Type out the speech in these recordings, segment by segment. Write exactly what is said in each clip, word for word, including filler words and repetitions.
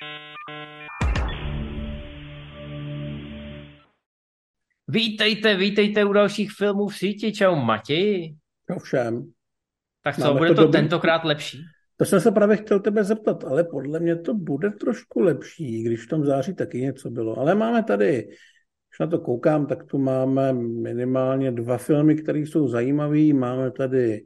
Vítejte, vítejte u dalších filmů v síti. Čau, Matěji. Ovšem, Tak co, máme bude to to dobrý. tentokrát lepší? To jsem se právě chtěl tebe zeptat, ale podle mě to bude trošku lepší, když v tom září taky něco bylo. Ale máme tady, když na to koukám, tak tu máme minimálně dva filmy, které jsou zajímavé. Máme tady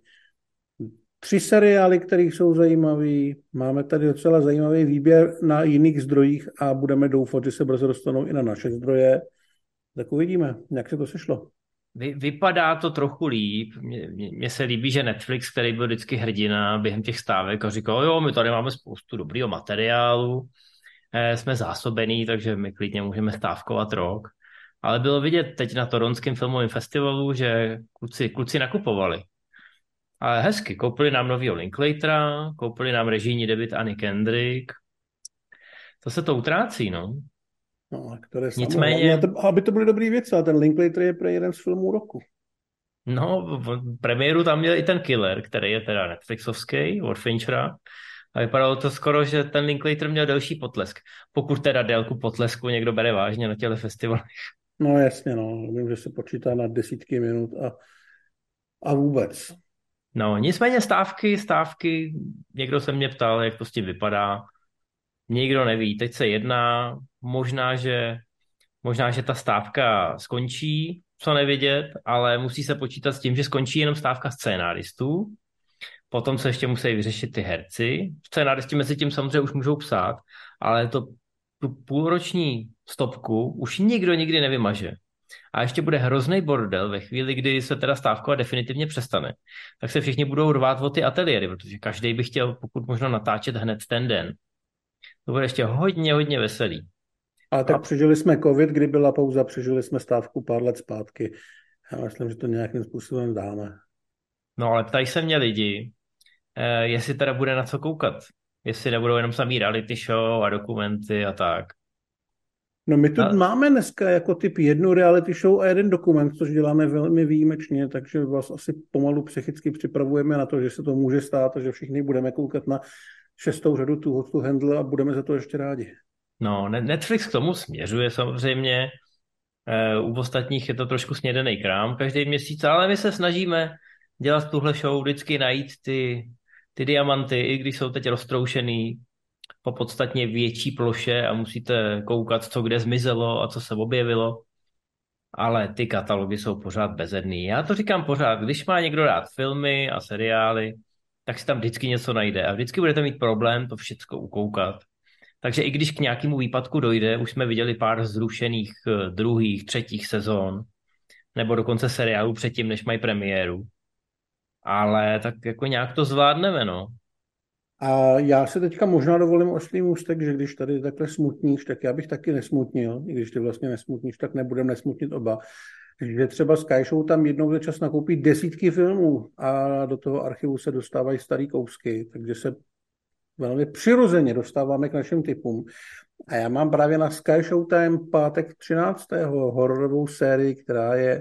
tři seriály, které jsou zajímavé. Máme tady docela zajímavý výběr na jiných zdrojích a budeme doufat, že se brzo dostanou i na naše zdroje. Tak uvidíme, jak se to sešlo. Vy, vypadá to trochu líp. Mně, mně, mně se líbí, že Netflix, který byl vždycky hrdina během těch stávek a říkal, jo, my tady máme spoustu dobrýho materiálu, eh, jsme zásobený, takže my klidně můžeme stávkovat rok. Ale bylo vidět teď na Toronském filmovém festivalu, že kluci, kluci nakupovali. Ale hezky, koupili nám novýho Linklatera, koupili nám režijní debut Anny Kendrick. To se to utrácí, no. No, a které samo, hlavně, Nicméně, to, aby to byly dobré věci, a ten Linklater je pro jeden z filmů roku. no, v premiéru tam měl i ten Killer, který je teda Netflixovský, od Finchera. A vypadalo to skoro, že ten Linklater měl delší potlesk. Pokud teda délku potlesku někdo bere vážně na těle festivalech. No jasně, no. Vím, že se počítá na desítky minut a, a vůbec. No, nicméně stávky, stávky, někdo se mě ptal, jak to s tím vypadá. Nikdo neví. Teď se jedná, možná, že, možná, že ta stávka skončí, co nevědět, ale musí se počítat s tím, že skončí jenom stávka scénáristů. Potom se ještě musí vyřešit ty herci. Scénáristi mezi tím samozřejmě už můžou psát, ale to tu půlroční stopku už nikdo nikdy nevymaže. A ještě bude hrozný bordel ve chvíli, kdy se teda stávkovat definitivně přestane. Tak se všichni budou rvát o ty ateliéry, protože každý by chtěl pokud možno natáčet hned ten den. To bude ještě hodně, hodně veselý. Ale A, tak přežili jsme covid, kdy byla pauza, přežili jsme stávku pár let zpátky. Já myslím, že to nějakým způsobem dáme. no ale ptají se mě lidi, eh, jestli teda bude na co koukat. Jestli nebudou jenom samý reality show a dokumenty a tak. No my tu A, máme dneska jako typ jednu reality show a jeden dokument, což děláme velmi výjimečně, takže vás asi pomalu psychicky připravujeme na to, že se to může stát a že všichni budeme koukat na šestou řadu tu hostu Handle a budeme za to ještě rádi. no, Netflix k tomu směřuje samozřejmě. Eh, U ostatních je to trošku snědený krám každý měsíc, ale my se snažíme dělat tuhle show, vždycky najít ty, ty diamanty, i když jsou teď roztroušený po podstatně větší ploše a musíte koukat, co kde zmizelo a co se objevilo. Ale ty katalogy jsou pořád bezedný. Já to říkám pořád, když má někdo rád filmy a seriály, tak si tam vždycky něco najde a vždycky budete mít problém to všechno ukoukat. Takže i když k nějakému výpadku dojde, už jsme viděli pár zrušených eh, druhých, třetích sezon, nebo dokonce seriálů předtím, než mají premiéru. Ale tak jako nějak to zvládneme, no. A já se teďka možná dovolím oslý můstek, že když tady takhle smutníš, tak já bych taky nesmutnil. I když ty vlastně nesmutníš, tak nebudeme nesmutnit oba. Že třeba Sky Show tam jednou za čas nakoupí desítky filmů a do toho archivu se dostávají starý kousky, takže se velmi přirozeně dostáváme k našim typům. A já mám právě na Sky Showtime pátek třináctého hororovou sérii, která je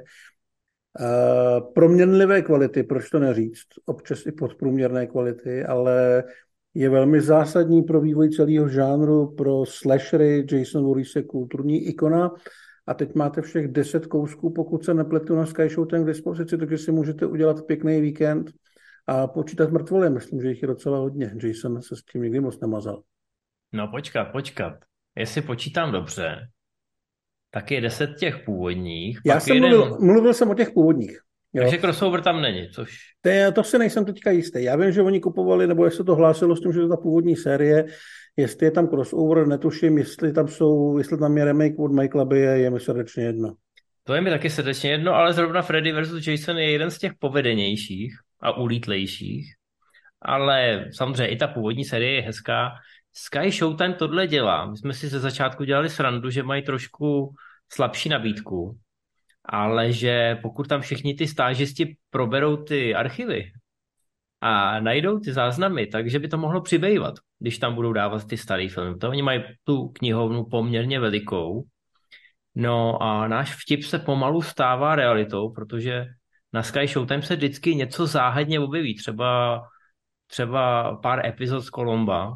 uh, proměnlivé kvality, proč to neříct, občas i podprůměrné kvality, ale je velmi zásadní pro vývoj celého žánru, pro slashery. Jason Voorhees je kulturní ikona a teď máte všech deset kousků, pokud se nepletu, na Sky Showtime k dispozici, takže si můžete udělat pěkný víkend a počítat mrtvoly. Myslím, že jich je docela hodně. Jason se s tím nikdy moc nemazal. No počkat, počkat. Jestli počítám dobře, tak je deset těch původních, Já pak jsem jeden... mluvil, mluvil jsem o těch původních. Jo. Takže crossover tam není, což... To, je, to si nejsem teďka jistý. Já vím, že oni kupovali, nebo jestli to hlásilo s tím, že to ta původní série, jestli je tam crossover, netuším, jestli tam jsou, jestli tam je remake od Michaela Baye, je mi srdečně jedno. To je mi taky srdečně jedno, ale zrovna Freddy versus. Jason je jeden z těch povedenějších a ulítlejších. Ale samozřejmě i ta původní série je hezká. Sky Showtime tohle dělá. My jsme si ze začátku dělali srandu, že mají trošku slabší nabídku, ale že pokud tam všichni ty stážisti proberou ty archivy a najdou ty záznamy, takže by to mohlo přibývat, když tam budou dávat ty staré filmy. To oni mají tu knihovnu poměrně velikou. No a náš vtip se pomalu stává realitou, protože na Sky Showtime se vždycky něco záhadně objeví, třeba, třeba pár epizod z Colomba,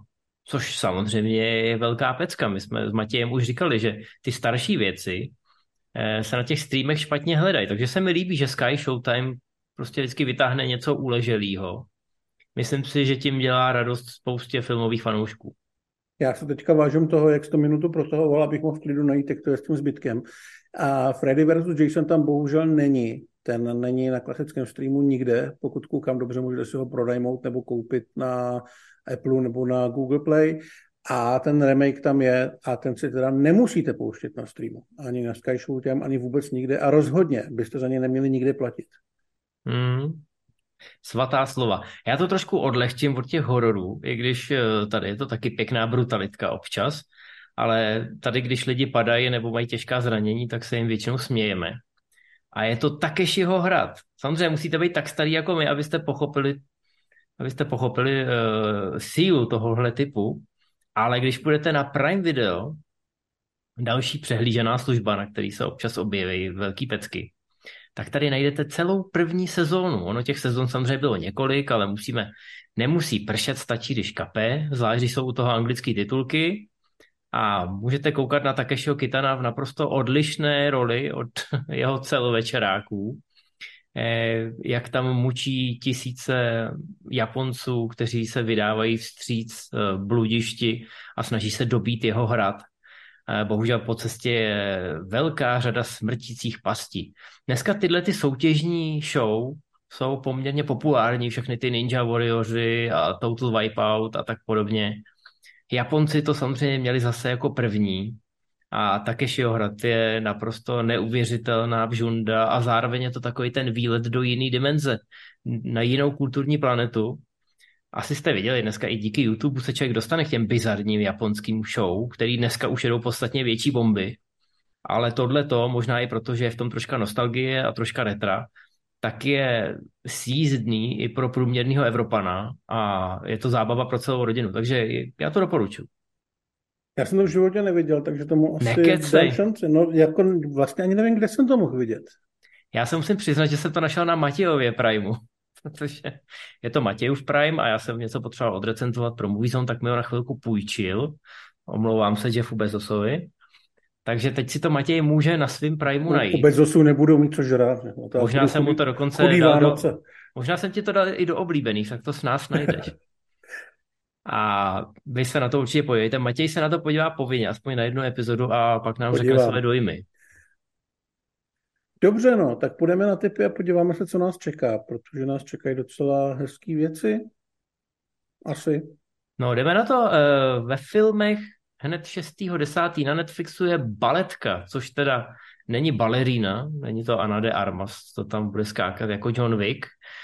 což samozřejmě je velká pecka. My jsme s Matějem už říkali, že ty starší věci eh, se na těch streamech špatně hledají, takže se mi líbí, že Sky Showtime prostě vždycky vytáhne něco uleželýho. Myslím si, že tím dělá radost spoustě filmových fanoušků. Já se teďka vážím toho, jak sto minutu protahoval, abych mohl v klidu najít, jak to je s tím zbytkem. A Freddy versus. Jason tam bohužel není. Ten není na klasickém streamu nikde. Pokud koukám dobře, můžete si ho pronajmout nebo koupit na Apple nebo na Google Play. A ten remake tam je a ten si teda nemusíte pouštět na streamu. Ani na Sky Showtime, ani vůbec nikde. A rozhodně byste za ně neměli nikde platit. Hmm. Svatá slova. Já to trošku odlehčím od těch hororů, i když eh, tady je to taky pěkná brutalitka občas, ale tady, když lidi padají nebo mají těžká zranění, tak se jim většinou smějeme. A je to Takeshiho hrad. Samozřejmě musíte být tak starý jako my, abyste pochopili, abyste pochopili uh, sílu tohohle typu, ale když půjdete na Prime Video, další přehlížená služba, na který se občas objeví velký pecky, tak tady najdete celou první sezónu. Ono těch sezon samozřejmě bylo několik, ale musíme, nemusí pršet, stačí, když kape, zvlášť, když jsou u toho anglické titulky a můžete koukat na Takeshiho Kitana v naprosto odlišné roli od jeho celovečeráků, eh, jak tam mučí tisíce Japonců, kteří se vydávají vstříc eh, bludišti a snaží se dobít jeho hrad. Bohužel po cestě je velká řada smrtících pastí. Dneska tyhle ty soutěžní show jsou poměrně populární, všechny ty Ninja Warrioři a Total Wipeout a tak podobně. Japonci to samozřejmě měli zase jako první a Takeshiho hrad je naprosto neuvěřitelná bžunda a zároveň je to takový ten výlet do jiné dimenze, na jinou kulturní planetu. Asi jste viděli, dneska i díky YouTube se člověk dostane k těm bizarním japonským show, který dneska už jedou podstatně větší bomby, ale tohleto, možná i proto, že je v tom troška nostalgie a troška retra, tak je sjízdný i pro průměrného Evropana a je to zábava pro celou rodinu, takže já to doporučuji. Já jsem to v životě neviděl, takže tomu asi Nekecej. dám šanci. No, jako vlastně ani nevím, kde jsem to mohl vidět. Já se musím přiznat, že jsem to našel na Matějově Primeu, protože je to Matějův Prime a já jsem něco potřeboval odrecenzovat pro Moviezone, tak mi ho na chvilku půjčil. Omlouvám se Jeffu Bezosovi. Takže teď si to Matěj může na svým Primeu najít. U Bezosu nebudou mít co žrát. No, Možná jsem mu to dokonce dal do, možná jsem ti to dal i do oblíbených, tak to s nás najdeš. A vy se na to určitě podívejte. Matěj se na to podívá povinně, aspoň na jednu epizodu a pak nám Podívám. řekne své dojmy. Dobře, no, tak půjdeme na tipy a podíváme se, co nás čeká, protože nás čekají docela hezký věci. Asi. No, jdeme na to. Ve filmech hned šestého desátého na Netflixu je Baletka, což teda není balerína, není to Ana de Armas, to tam bude skákat jako John Wick,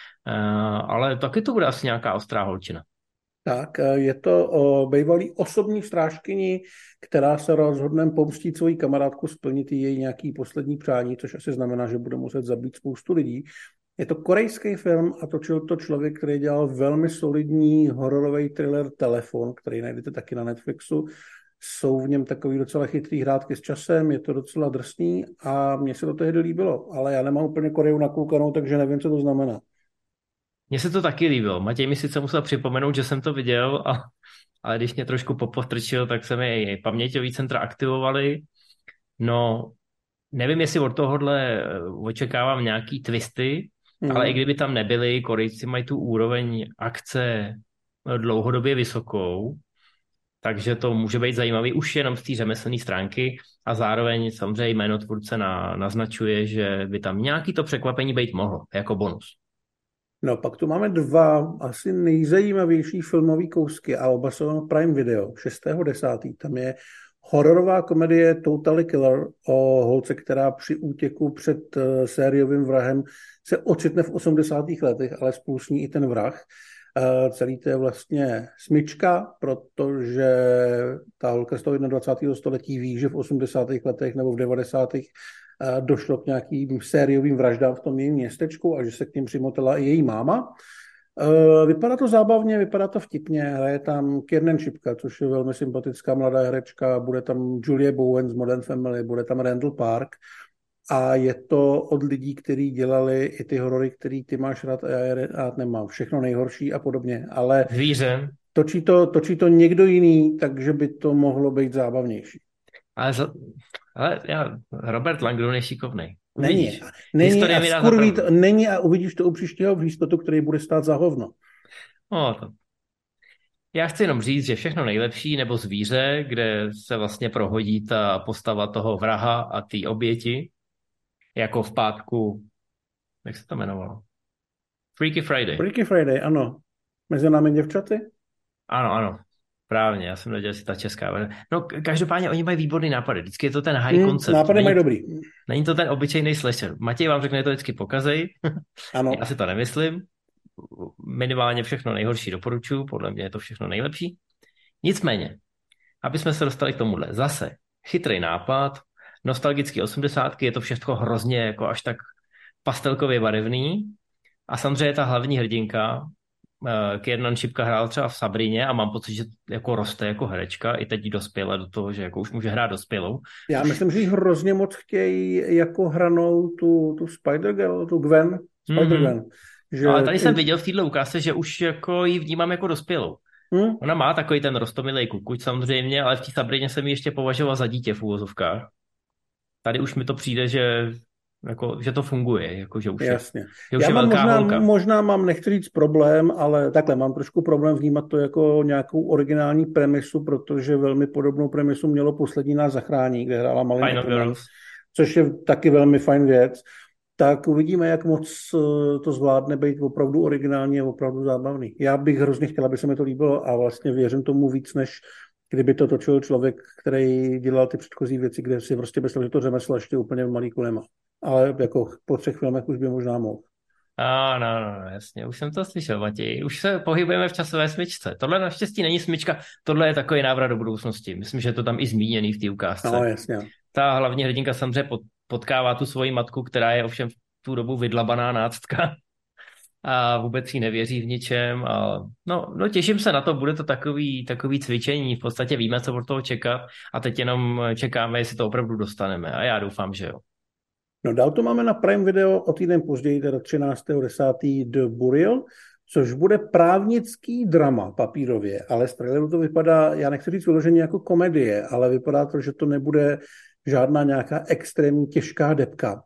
ale taky to bude asi nějaká ostrá holčina. Tak, je to o bývalý osobní strážkyni, která se rozhodne pomstit svoji kamarádku, splnit její nějaký poslední přání, což asi znamená, že bude muset zabít spoustu lidí. Je to korejský film a točil to člověk, který dělal velmi solidní hororový thriller Telefon, který najdete taky na Netflixu. Jsou v něm takový docela chytrý hrátky s časem, je to docela drsný a mně se to tehdy líbilo, ale já nemám úplně Koreu nakoukanou, takže nevím, co to znamená. Mně se to taky líbilo. Matěj mi sice musel připomenout, že jsem to viděl, a, ale když mě trošku popostrčil, tak se mi paměťový centra aktivovaly. No, nevím, jestli od tohohle očekávám nějaký twisty, mm. ale i kdyby tam nebyly, Korejci mají tu úroveň akce dlouhodobě vysokou, takže to může být zajímavý už jenom z té řemeslné stránky a zároveň samozřejmě jméno tvůrce na, naznačuje, že by tam nějaký to překvapení být mohlo, jako bonus. No, pak tu máme dva asi nejzajímavější filmové kousky a oba jsou na Prime Video, šestého desátého Tam je hororová komedie Totally Killer o holce, která při útěku před uh, sériovým vrahem se ocitne v osmdesátých letech, ale spolu s ní i ten vrah. Uh, celý to je vlastně smyčka, protože ta holka z toho dvacátého prvního století ví, že v osmdesátých letech nebo v devadesátých došlo k nějakým sériovým vraždám v tom jejím městečku a že se k ním přimotala i její máma. Vypadá to zábavně, vypadá to vtipně, hraje tam Kiernan Shipka, což je velmi sympatická mladá herečka, bude tam Julia Bowen z Modern Family, bude tam Randall Park a je to od lidí, kteří dělali i ty horory, který ty máš rád a já rád nemám. Všechno nejhorší a podobně, ale Zvíře. točí to, točí to někdo jiný, takže by to mohlo být zábavnější. Ale, za, ale já, Robert Langdon je šikovnej. Není. Uvidíš. Není Historie a mi dá za skurví pravdu. to, není a uvidíš to u příštího výstotu, který bude stát za hovno. No, to. Já chci jenom říct, že všechno nejlepší, nebo zvíře, kde se vlastně prohodí ta postava toho vraha a té oběti, jako v pátku, jak se to jmenovalo? Freaky Friday. Freaky Friday, ano. Mezi námi děvčaty? Ano, ano. Právě, já jsem nedělal si ta česká verze. No, k- každopádně oni mají výborný nápady. Vždycky je to ten high Hmm, concept. nápady Není, mají dobrý. není to ten obyčejný slasher. Matěj vám řekne, že to vždycky pokazej. Já Ano. si to nemyslím. Minimálně všechno nejhorší doporučuji. Podle mě je to všechno nejlepší. Nicméně, aby jsme se dostali k tomuhle. Zase chytrý nápad, nostalgický osmdesátky, je to všechno hrozně jako až tak pastelkově barevný. A samozřejmě ta hlavní hrdinka, eh, Kiernan Shipka hrál třeba v Sabrině a mám pocit, že jako roste jako herečka, i teď dospěla do toho, že jako už může hrát dospělou. Já Což... myslím, že jí hrozně moc chtějí jako hranou tu, tu Spider-Girl, tu Gwen, Spider-Gwen. Mm-hmm. Že... Ale tady jsem viděl v této ukázce, že už jako ji vnímám jako dospělou. Hmm? Ona má takový ten roztomilej kukuť samozřejmě, ale v té Sabrině jsem ji ještě považoval za dítě v úvozovkách. Tady už mi to přijde, že, jako, že to funguje, jako, že už je, Jasně. že už Já je mám velká možná, holka. možná mám, nechci říct problém, ale takhle mám trošku problém vnímat to jako nějakou originální premisu, protože velmi podobnou premisu mělo Poslední nás zachrání, kde hrála Malin Final Ackerman, Girls. což je taky velmi fajn věc. Tak uvidíme, jak moc to zvládne být opravdu originální a opravdu zábavný. Já bych hrozně chtěl, aby se mi to líbilo a vlastně věřím tomu víc, než kdyby to točil člověk, který dělal ty předchozí věci, kde si prostě myslel, že to řemeslo ještě úplně malý kulema. Ale jako po třech filmech už by možná mohl. A, no, no, no, jasně, už jsem to slyšel, Matěj. Už se pohybujeme v časové smyčce. Tohle naštěstí není smyčka, tohle je takový návrat do budoucnosti. Myslím, že je to tam i zmíněný v té ukázce. No, jasně. Ta hlavní hrdinka samozřejmě potkává tu svoji matku, která je ovšem v tu dobu vydlabaná náctka a vůbec jí nevěří v ničem. A no, no, těším se na to, bude to takový, takový cvičení, v podstatě víme, co od toho čekat a teď jenom čekáme, jestli to opravdu dostaneme a já doufám, že jo. No dál to máme na Prime Video o týden později, teda třináctého desátého The Burial, což bude právnický drama papírově, ale z traileru to vypadá, já nechci říct vyloženě jako komedie, ale vypadá to, že to nebude žádná nějaká extrémní těžká debka.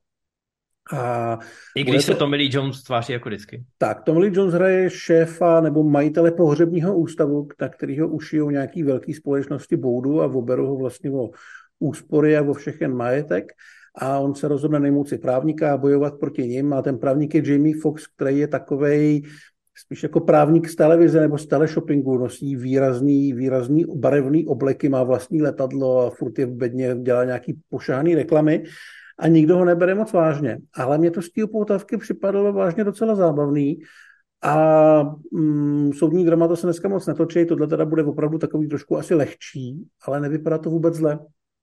A I když to... se Tommy Lee Jones tváří jako vždycky. Tak, Tommy Lee Jones hraje šéfa nebo majitele pohřebního ústavu, na kterýho ušijou nějaký velký společnosti boudu a oberou ho vlastně o úspory a o všechen majetek. A on se rozhodne nejmout si právníka a bojovat proti nim. A ten právník je Jamie Foxx, který je takovej spíš jako právník z televize nebo z teleshoppingu. Nosí výrazný, výrazný barevný obleky, má vlastní letadlo a furt je v bedně, dělá nějaký pošahaný reklamy. A nikdo ho nebere moc vážně. Ale mě to z té upoutávky připadalo vážně docela zábavný. A mm, soudní drama to se dneska moc netočí. Tohle teda bude opravdu takový trošku asi lehčí, ale nevypadá to vůbec zle.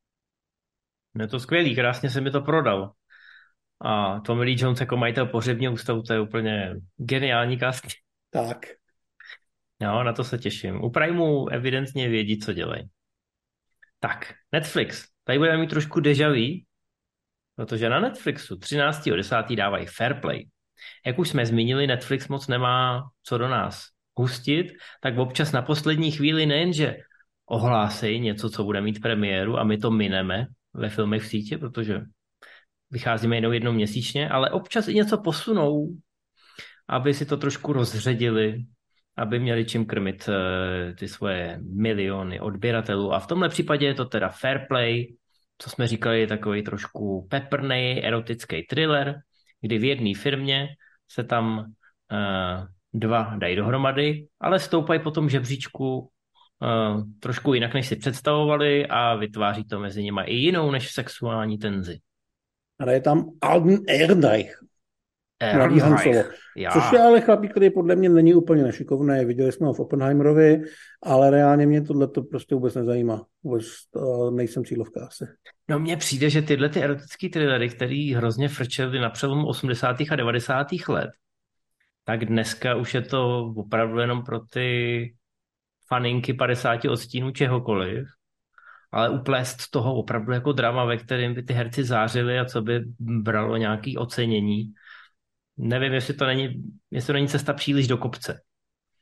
Je to skvělý, krásně se mi to prodal. A Tommy Lee Jones jako majitel pohřebního ústavu, to je úplně geniální casting. Tak. No, na to se těším. U Primeu evidentně vědí, co dělají. Tak, Netflix. Tady budeme mít trošku déjà vu, protože na Netflixu třináctého desátého dávají Fair Play. Jak už jsme zmínili, Netflix moc nemá co do nás hustit, tak občas na poslední chvíli nejenže ohlásejí něco, co bude mít premiéru a my to mineme ve filmech v sítě, protože vycházíme jenom jednou měsíčně, ale občas i něco posunou, aby si to trošku rozředili, aby měli čím krmit uh, ty svoje miliony odběratelů. A v tomhle případě je to teda Fair Play, co jsme říkali, je takový trošku peprnej, erotický thriller, kdy v jedné firmě se tam uh, dva dají dohromady, ale stoupají po tom žebříčku uh, trošku jinak, než si představovali a vytváří to mezi nimi i jinou než sexuální tenzi. A je tam Alden Ehrenreich. Mladý Han Solo. Což je ale chlapík, který podle mě není úplně nešikovný. Viděli jsme ho v Oppenheimerovi, ale reálně mě tohle to prostě vůbec nezajímá. Vůbec uh, nejsem cílovka asi. No mně přijde, že tyhle ty erotické thrillery, který hrozně frčely na přelomu osmdesátých a devadesátých let, tak dneska už je to opravdu jenom pro ty faninky padesáti odstínů čehokoliv, ale uplést toho opravdu jako drama, ve kterém by ty herci zářili a co by bralo nějaké ocenění. Nevím, jestli to není, jestli to není cesta příliš do kopce.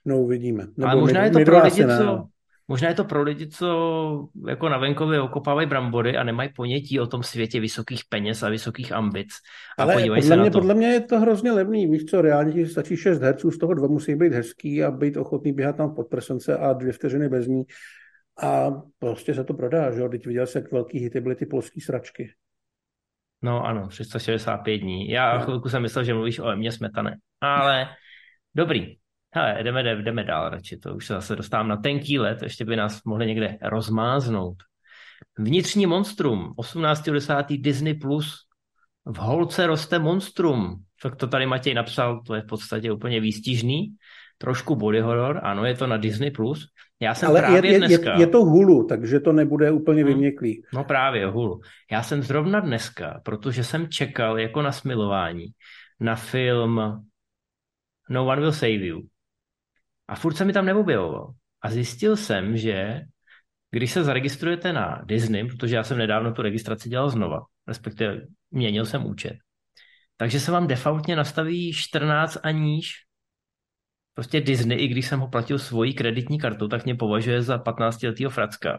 No uvidíme. Ale Nebo my, možná je to my pro dva asi lidi, ne. co, možná je to pro lidi, co jako na venkově okopávají brambory a nemají ponětí o tom světě vysokých peněz a vysokých ambic. A Ale podívají podle se na mě, to. podle mě je to hrozně levný. Víš co, reálně ti stačí šest herců, z toho dva musí být hezký a být ochotný běhat tam v podprsence a dvě vteřiny bez ní. A prostě se to prodá, že jo? Teď viděl jsi, jak velký hity byly ty polský sračky. No ano, tři sta šedesát pět dní. Já No. chvilku jsem myslel, že mluvíš o Emě Smetané. Ale dobrý. Hele, jdeme, jdeme dál radši. To už se zase dostávám na tenký let. Ještě by nás mohli někde rozmáznout. Vnitřní monstrum. osmnáctého desátého Disney+. Plus. V holce roste monstrum. Tak to tady Matěj napsal, to je v podstatě úplně výstižný. Trošku body horror, ano, je to na Disney+. Plus. Já jsem Ale právě je, je, dneska... je, je to Hulu, takže to nebude úplně Hmm, vyměklý. no právě, Hulu. Já jsem zrovna dneska, protože jsem čekal jako na smilování na film No One Will Save You. A furt se mi tam neobjevoval. A zjistil jsem, že když se zaregistrujete na Disney, protože já jsem nedávno tu registraci dělal znova, respektive měnil jsem účet, takže se vám defaultně nastaví čtrnáct a níž. Prostě Disney, i když jsem ho platil svojí kreditní kartou, tak mě považuje za patnáctiletýho fracka.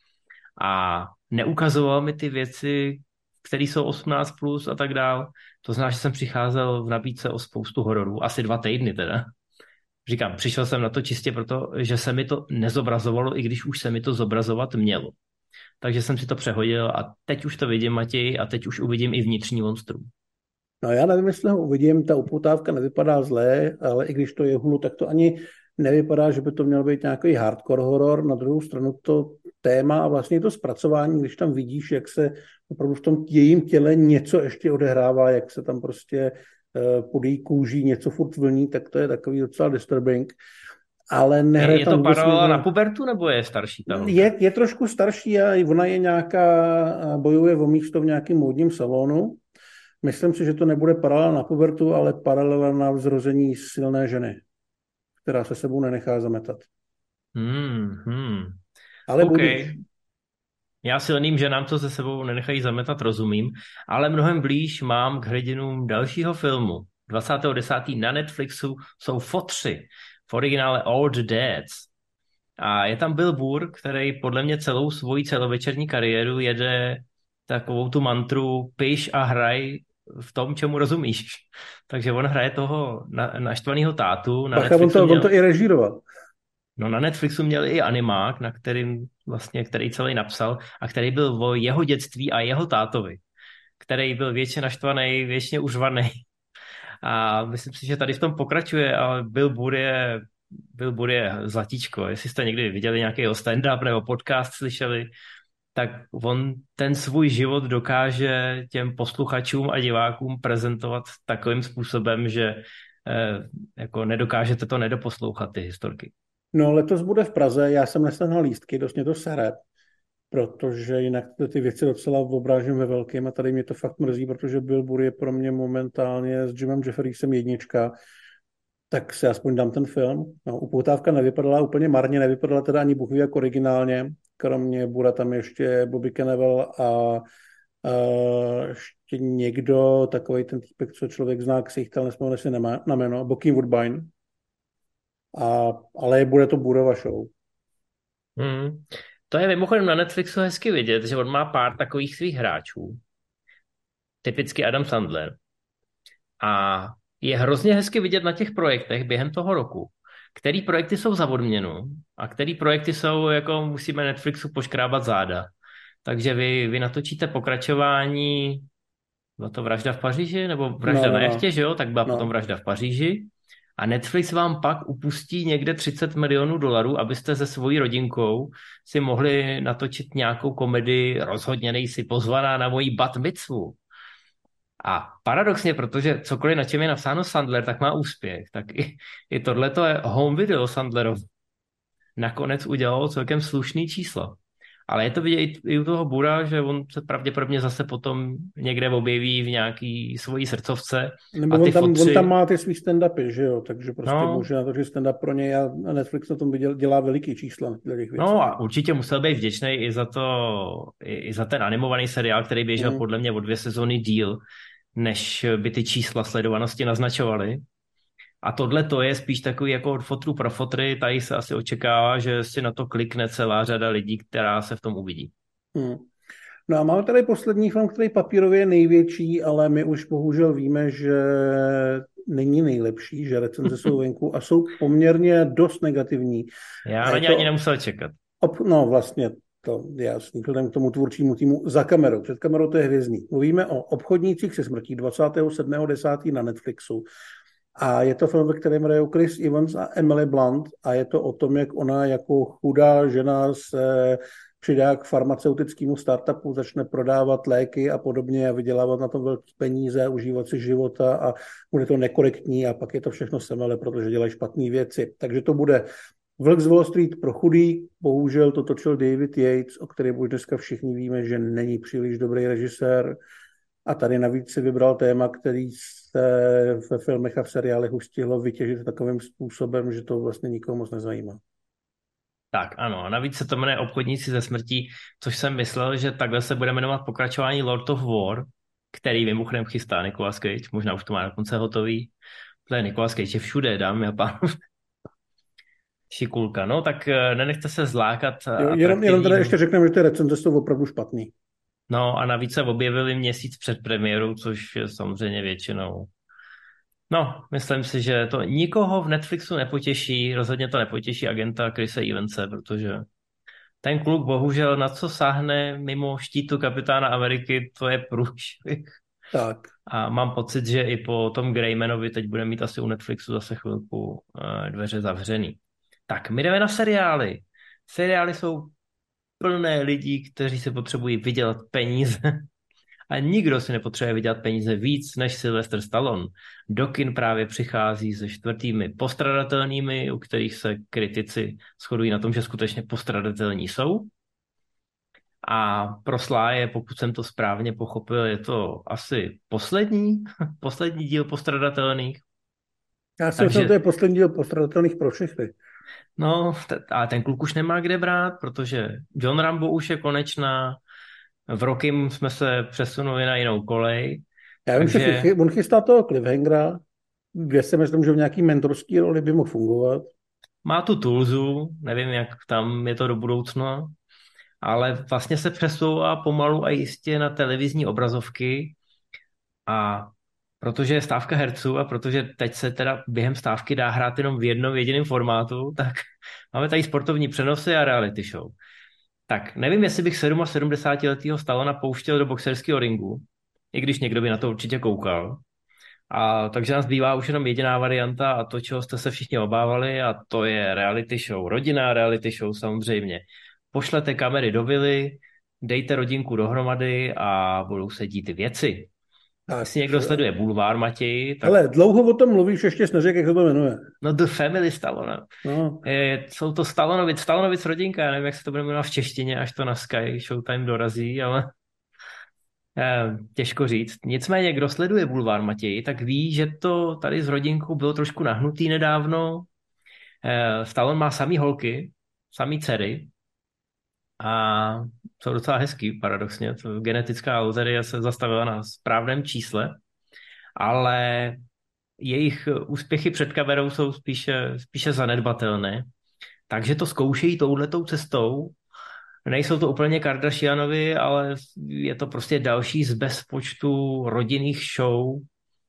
A neukazoval mi ty věci, které jsou osmnáct plus a tak dál. To znamená, že jsem přicházel v nabídce o spoustu hororů, asi dva týdny teda. Říkám, přišel jsem na to čistě proto, že se mi to nezobrazovalo, i když už se mi to zobrazovat mělo. Takže jsem si to přehodil a teď už to vidím, Matěj, a teď už uvidím i vnitřní monstrum. No já nevím, jestli ho uvidím, ta upoutávka nevypadá zlé, ale i když to je Hulu, tak to ani nevypadá, že by to měl být nějaký hardcore horor. Na druhou stranu to téma a vlastně to zpracování, když tam vidíš, jak se opravdu v tom jejím těle něco ještě odehrává, jak se tam prostě pod její kůží něco furt vlní, tak to je takový docela disturbing. Ale nehraje Je, je tam to vůbec paralela na někdo... pubertu, nebo je starší ta holka? Je, je trošku starší a ona je nějaká, bojuje o místo v nějakém módním salonu. Myslím si, že to nebude paralela na pubertu, ale paralela na vzrození silné ženy, která se sebou nenechá zametat. Hmm, hmm. Ale OK. budíš. Já silným ženám, co se sebou nenechají zametat, rozumím, ale mnohem blíž mám k hrdinům dalšího filmu. dvacátého desátého na Netflixu jsou fotři, v originále All the Dads. A je tam Bill Burr, který podle mě celou svoji celovečerní kariéru jede takovou tu mantru piš a hraj v tom, čemu rozumíš. Takže on hraje toho na, naštvanýho tátu. Na Bacha, on Netflixu to, měl, on to i režíroval. no na Netflixu měl i animák, na kterým vlastně, který celý napsal a který byl o jeho dětství a jeho tátovi, který byl většině naštvaný, většině užvaný. A myslím si, že tady v tom pokračuje, ale Bill Burr je, Bill Burr je zlatíčko. Jestli jste někdy viděli nějaký stand-up nebo podcast slyšeli, tak on ten svůj život dokáže těm posluchačům a divákům prezentovat takovým způsobem, že eh, jako nedokážete to nedoposlouchat, ty historky. No, letos bude v Praze, já jsem nesehnal lístky, dost mě to sere, protože jinak ty věci docela obrážím ve velkém a tady mě to fakt mrzí, protože Bill Burr je pro mě momentálně s Jimem Jefferiesem jednička, tak si aspoň dám ten film. No, upoutávka nevypadala úplně marně, nevypadala teda ani Bůh ví jak originálně, kromě Bura tam ještě Bobby Cannavale a, a ještě někdo, takový ten týpek, co člověk zná ksicht, ale nespomenu si na, na jméno, Bokeem Woodbine. A, ale bude to Burova show. Hmm. To je mimochodem na Netflixu hezky vidět, že on má pár takových svých hráčů. Typicky Adam Sandler. A je hrozně hezky vidět na těch projektech během toho roku, který projekty jsou za odměnu a který projekty jsou, jako musíme Netflixu poškrábat záda. Takže vy, vy natočíte pokračování, byla to Vražda v Paříži, nebo Vražda No, na no. jachtě, že jo? Tak byla No. potom Vražda v Paříži. A Netflix vám pak upustí někde třicet milionů dolarů, abyste se svojí rodinkou si mohli natočit nějakou komedii, rozhodně nejsi pozvaná na moji bat mitzvu. A paradoxně, protože cokoliv, na čem je napsáno Sandler, tak má úspěch, tak i, i tohleto je home video Sandlerov. Nakonec udělalo celkem slušný číslo. Ale je to vidět i u toho Bura, že on se pravděpodobně zase potom někde objeví v nějaký svojí srdcovce. Nebo a ty on, tam, fotři... on tam má ty svý stand-upy, že jo, takže prostě no. může natočit stand-up pro něj a Netflix na tom dělá, dělá veliký čísla na těch věcí. No a určitě musel být vděčný i za to, i, i za ten animovaný seriál, který běžel mm. podle mě o dvě sezóny díl, než by ty čísla sledovanosti naznačovaly. A tohle to je spíš takový jako od fotru pro fotry, tady se asi očekává, že si na to klikne celá řada lidí, která se v tom uvidí. Hmm. No a máme tady poslední film, který papírově je největší, ale my už bohužel víme, že není nejlepší, že recenze jsou venku a jsou poměrně dost negativní. Já A na je ně to, ani nemusel čekat. ob, no vlastně to je jasný, vzhledem k tomu tvůrčímu týmu za kamerou. Před kamerou to je hvězdný. Mluvíme o Obchodnících se smrtí dvacátého sedmého desátého na Netflixu. A je to film, ve kterém hrajou Chris Evans a Emily Blunt a je to o tom, jak ona jako chudá žena se přidá k farmaceutickému startupu, začne prodávat léky a podobně a vydělávat na tom velké peníze, užívat si života a bude to nekorektní a pak je to všechno semele, protože dělají špatné věci. Takže to bude Vlk z Wall Street pro chudý. Bohužel to točil David Yates, o kterém už dneska všichni víme, že není příliš dobrý režisér. A tady navíc si vybral téma, který se ve filmech a v seriálech už stihlo vytěžit takovým způsobem, že to vlastně nikoho moc nezajímá. Tak ano, a navíc se to jmenuje Obchodníci ze smrtí, což jsem myslel, že takhle se bude jmenovat pokračování Lord of War, který mimochodem chystá Nicolas Cage, možná už to má dokonce hotový. To je Nicolas Cage je všude, dámy a pánové. Šikulka, no tak nenechte se zlákat Jo, jenom, jenom teda ještě řekneme, že ty recenze jsou opravdu špatný. No a navíc se objevili měsíc před premiérou, což je samozřejmě většinou. No, myslím si, že to nikoho v Netflixu nepotěší, rozhodně to nepotěší agenta Chrise Evanse, protože ten kluk bohužel na co sáhne mimo štítu kapitána Ameriky, to je průšvih. Tak. A mám pocit, že i po tom Greymanovi teď bude mít asi u Netflixu zase chvilku dveře zavřený. Tak, my jdeme na seriály. Seriály jsou plné lidí, kteří si potřebují vydělat peníze. A nikdo si nepotřebuje vydělat peníze víc než Sylvester Stallone. Do kin právě přichází se čtvrtými postradatelnými, u kterých se kritici shodují na tom, že skutečně postradatelní jsou. A pro Sly je, pokud jsem to správně pochopil, je to asi poslední, poslední díl postradatelných. Já si myslím, že to je poslední díl postradatelných pro všechny. No, a ten kluk už nemá kde brát, protože John Rambo už je konečná, v Rockim jsme se přesunuli na jinou kolej. Já vím, takže... že on chystá toho cliffhangera, kde se myslím, že v nějaký mentorský roli by mohl fungovat. Má tu Tulzu, nevím, jak tam je to do budoucna, ale vlastně se přesouvá pomalu a jistě na televizní obrazovky a protože je stávka herců a protože teď se teda během stávky dá hrát jenom v jednom jediném formátu, tak máme tady sportovní přenosy a reality show. Tak nevím, jestli bych sedmdesátletého Stallona pouštěl do boxerského ringu, i když někdo by na to určitě koukal. A takže nás bývá už jenom jediná varianta a to, čeho jste se všichni obávali, a to je reality show. Rodinná reality show samozřejmě. Pošlete kamery do vily, dejte rodinku dohromady a budou se dít ty věci. Tak, jestli někdo sleduje Bulvár, Matěj, tak... Ale dlouho o tom mluvíš, ještě neřek, jak se to jmenuje. No The Family Stallone. No. Je, jsou to Stallonovic, Stallonovic rodinka, já nevím, jak se to bude jmenovat v češtině, až to na Sky Showtime dorazí, ale eh, těžko říct. Nicméně, kdo sleduje Bulvár, Matěj, tak ví, že to tady s rodinkou bylo trošku nahnutý nedávno. Eh, Stallone má samý holky, samý dcery a jsou docela hezký, paradoxně. To genetická loterie se zastavila na správném čísle, ale jejich úspěchy před kamerou jsou spíše, spíše zanedbatelné. Takže to zkoušejí touhletou cestou. Nejsou to úplně Kardashianovi, ale je to prostě další z bezpočtu rodinných show.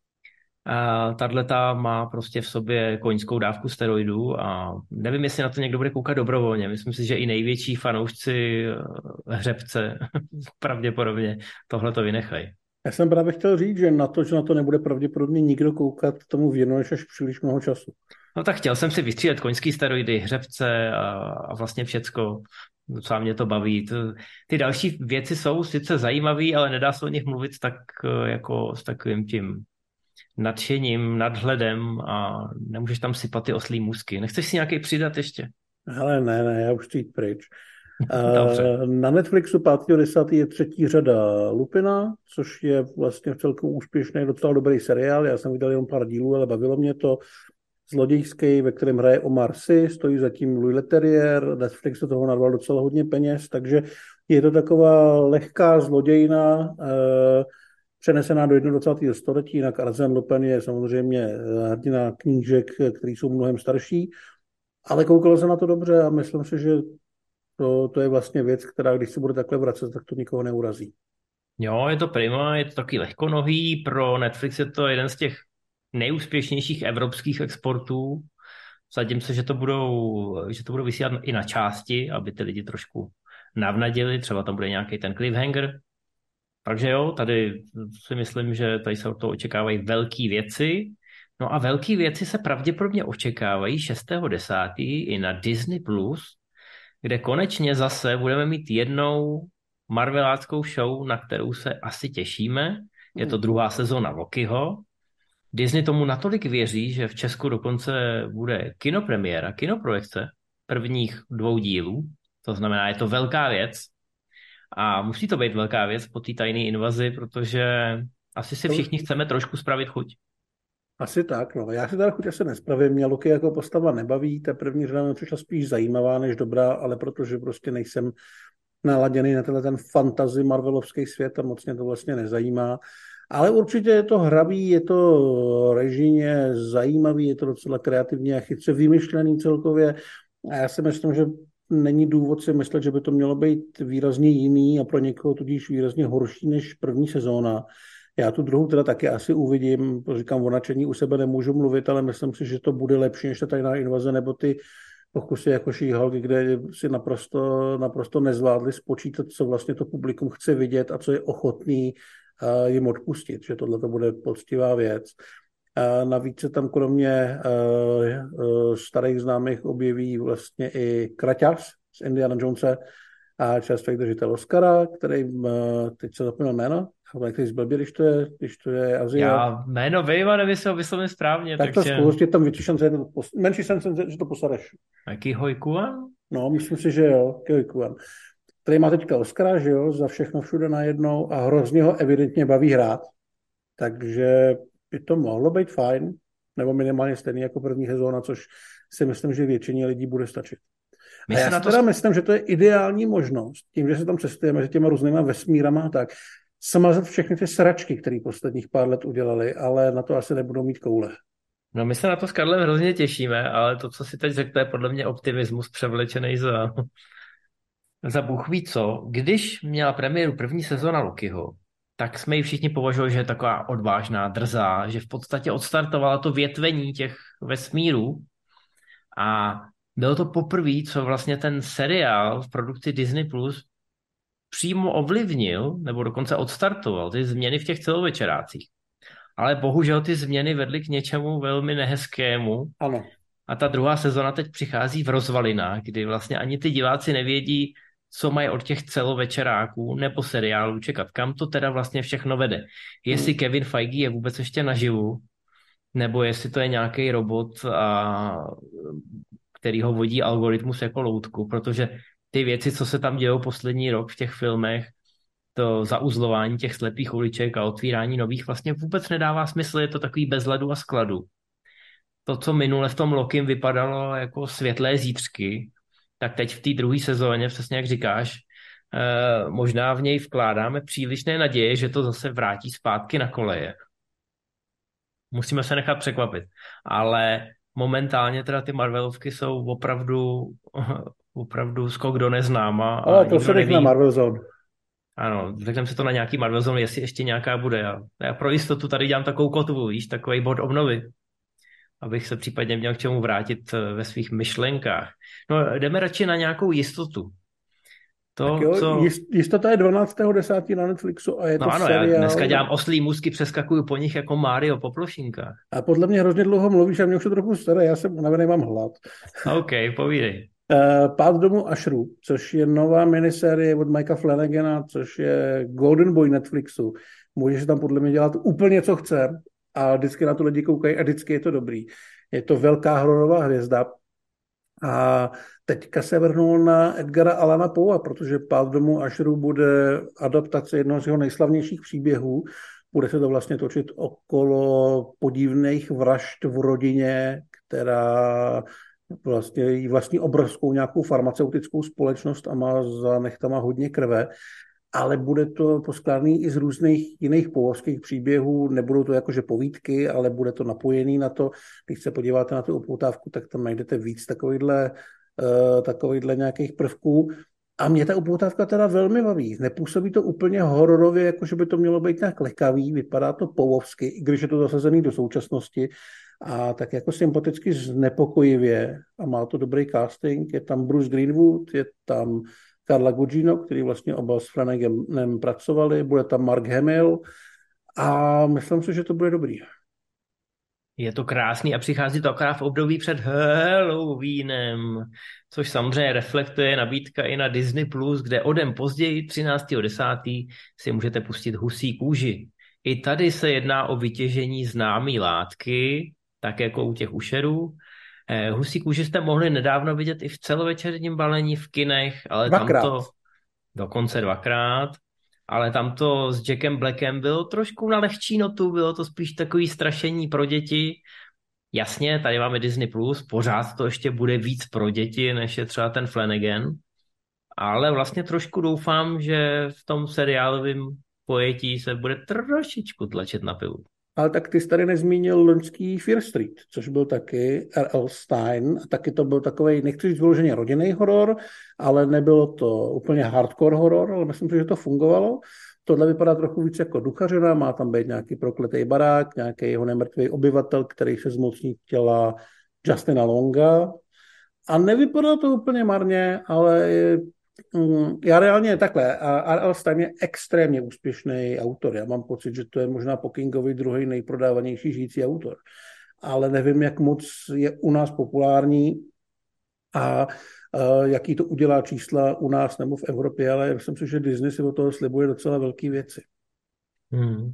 A tato má prostě v sobě koňskou dávku steroidů a nevím, jestli na to někdo bude koukat dobrovolně. Myslím si, že i největší fanoušci hřebce pravděpodobně tohle to vynechají. Já jsem právě chtěl říct, že na to, že na to nebude pravděpodobně nikdo koukat, tomu věnuješ až příliš mnoho času. No tak chtěl jsem si vystřílet koňský steroidy, hřebce a, a vlastně všecko. Docela mě to baví. Ty další věci jsou sice zajímavé, ale nedá se o nich mluvit tak jako s takovým tím nadšením, nadhledem a nemůžeš tam sypat ty oslí můzky. Nechceš si nějaký přidat ještě? Ale ne, ne, já už chci jít pryč. Uh, na Netflixu pátého desátého je třetí řada Lupina, což je vlastně celkem úspěšný, docela dobrý seriál. Já jsem viděl jenom pár dílů, ale bavilo mě to. Zlodějský, ve kterém hraje Omar Sy, stojí zatím Louis Leterrier, Netflix do toho narval docela hodně peněz, takže je to taková lehká zlodějina, uh, přenesená do jednadvacátého století, jinak Arsène Lupin je samozřejmě hrdina knížek, které jsou mnohem starší, ale koukalo se na to dobře a myslím si, že to, to je vlastně věc, která když se bude takhle vracet, tak to nikoho neurazí. Jo, je to prima, je to taky lehkonohý, pro Netflix je to jeden z těch nejúspěšnějších evropských exportů, zatímco, že to budou, že to budou vysílat i na části, aby ty lidi trošku navnadili, třeba tam bude nějaký ten cliffhanger. Takže jo, tady si myslím, že tady se od toho očekávají velké věci. No a velké věci se pravděpodobně očekávají šestého desátého i na Disney plus, kde konečně zase budeme mít jednou marveláckou show, na kterou se asi těšíme. Je to druhá sezóna Lokiho. Disney tomu natolik věří, že v Česku dokonce bude kinopremiéra, kinoprojekce prvních dvou dílů. To znamená, je to velká věc. A musí to být velká věc po té tajné invazi, protože asi si všichni chceme trošku spravit chuť. Asi tak, no. Já si teda chuť asi nespravím. Mě Loki jako postava nebaví. Ta první řada mi přišla spíš zajímavá než dobrá, ale protože prostě nejsem naladěný na tenhle ten fantasy marvelovský svět a moc mě to vlastně nezajímá. Ale určitě je to hravý, je to režijně zajímavý, je to docela kreativně a chytře vymyšlený celkově. A já si myslím, že není důvod si myslet, že by to mělo být výrazně jiný a pro někoho tudíž výrazně horší než první sezóna. Já tu druhou teda taky asi uvidím, říkám, o nadšení u sebe nemůžu mluvit, ale myslím si, že to bude lepší než ta tajná invaze nebo ty pokusy jako She-Hulk, kde si naprosto, naprosto nezvládli spočítat, co vlastně to publikum chce vidět a co je ochotný uh, jim odpustit, že tohle to bude poctivá věc. Uh, navíc se tam kromě uh, uh, starých známých objeví vlastně i Kraťas z Indiana Jonese a čerstvý držitel Oscara, který, uh, teď se zapomněl jméno, který zblbě, když to je, když to je Azie. Já jméno vím a nevím, jestli ho vyslovím správně. Tak takže... to zkus, je tam větší šance, menší šance, že to posadeš. Jaký Hojkuan? No, myslím si, že jo, Hojkuan. Který má teďka Oscara, že jo, za všechno všude najednou a hrozně ho evidentně baví hrát. Takže by to mohlo být fajn, nebo minimálně stejný jako první sezóna, což si myslím, že většině lidí bude stačit. My a já si to... teda myslím, že to je ideální možnost, tím, že se tam cestujeme mezi těma různýma vesmírama a tak, smazat všechny ty sračky, které posledních pár let udělali, ale na to asi nebudou mít koule. No my se na to s Karlem hrozně těšíme, ale to, co si teď řekl, je podle mě optimismus převlečený za, za Bůh ví co. Když měla premiéru první sezóna Lokiho, tak jsme ji všichni považovali, že je taková odvážná, drzá, že v podstatě odstartovala to větvení těch vesmírů a bylo to poprvé, co vlastně ten seriál v produkci Disney Plus přímo ovlivnil, nebo dokonce odstartoval ty změny v těch celovečerácích. Ale bohužel ty změny vedly k něčemu velmi nehezkému. Ano. A ta druhá sezona teď přichází v rozvalinách, kdy vlastně ani ty diváci nevědí, co mají od těch celovečeráků nebo seriálů čekat. Kam to teda vlastně všechno vede. Jestli hmm. Kevin Feige je vůbec ještě naživu, nebo jestli to je nějaký robot, a, který ho vodí algoritmus jako loutku, protože ty věci, co se tam dějou poslední rok v těch filmech, to zauzlování těch slepých uliček a otvírání nových vlastně vůbec nedává smysl, je to takový bez ledu a skladu. To, co minule v tom Lokim vypadalo jako světlé zítřky, tak teď v té druhé sezóně, přesně jak říkáš, eh, možná v něj vkládáme přílišné naděje, že to zase vrátí zpátky na koleje. Musíme se nechat překvapit. Ale momentálně teda ty Marvelovky jsou opravdu, opravdu skok do neznáma. Ale to se nech na Marvel Zone. Ano, řekneme si to na nějaký Marvel Zone, jestli ještě nějaká bude. Já, já pro jistotu tady dělám takovou kotvu, víš, takový bod obnovy, abych se případně měl k čemu vrátit ve svých myšlenkách. No, jdeme radši na nějakou jistotu. To, jo, co... Jistota je dvanáctého desátého na Netflixu a je no to ano, seriál. Já dneska dělám oslí můzky, přeskakuju po nich jako Mario po plošinkách. A podle mě hrozně dlouho mluvíš a mě už je trochu staré, já jsem unavený, mám hlad. OK, povídej. Uh, Pád domu Ashru, což je nová minisérie od Mikea Flanagana, což je Golden Boy Netflixu. Může se tam podle mě dělat úplně, co chce a vždycky na to lidi koukají a vždycky je to dobrý. Je to velká hororová hvězda a teďka se vrhnul na Edgara Allana Poe, protože Pád domu Ashru bude adaptace jednoho z jeho nejslavnějších příběhů. Bude se to vlastně točit okolo podivných vražd v rodině, která vlastně jí vlastní obrovskou nějakou farmaceutickou společnost a má za nechtama hodně krve. ale bude to poskládaný i z různých jiných polovských příběhů. Nebudou to jakože povídky, ale bude to napojený na to. Když se podíváte na tu upoutávku, tak tam najdete víc takovýchhle, uh, takovýchhle nějakých prvků. A mě ta upoutávka teda velmi baví. Nepůsobí to úplně hororově, jako že by to mělo být nějak lekavý, vypadá to polovsky, i když je to zasazený do současnosti. A tak jako sympaticky znepokojivě. A má to dobrý casting. Je tam Bruce Greenwood, je tam Carla Gugino, který vlastně oba s Flanaganem pracovali, bude tam Mark Hamill a myslím si, že to bude dobrý. Je to krásný a přichází to akorát v období před Halloweenem, což samozřejmě reflektuje nabídka i na Disney plus, kde o den později, třináctého desátého si můžete pustit Husí kůži. I tady se jedná o vytěžení známé látky, tak jako u těch ušerů. Husí kůži jste mohli nedávno vidět i v celovečerním balení v kinech, ale Dvakrát. tam to dokonce dvakrát. Ale tam to s Jackem Blackem bylo trošku na lehčí notu, bylo to spíš takový strašení pro děti. Jasně, tady máme Disney plus, pořád to ještě bude víc pro děti, než je třeba ten Flanagan, ale vlastně trošku doufám, že v tom seriálovém pojetí se bude trošičku tlačit na pilu. Ale tak ty jsi tady nezmínil loňský Fear Street, což byl taky R L. Stein. A taky to byl takový, nechci říct vyloženě rodinný horor, ale nebylo to úplně hardcore horor, ale myslím si, že to fungovalo. Tohle vypadá trochu víc jako duchařina, má tam být nějaký prokletý barák, nějaký jeho nemrtvý obyvatel, který se zmocní těla Justina Longa. A nevypadá to úplně marně, ale Mm, já reálně takhle. R L. Stein je extrémně úspěšný autor. Já mám pocit, že to je možná po Kingovi druhý nejprodávanější žijící autor. Ale nevím, jak moc je u nás populární a uh, jaký to udělá čísla u nás nebo v Evropě, ale myslím si, že Disney si od toho slibuje docela velké věci. Hmm.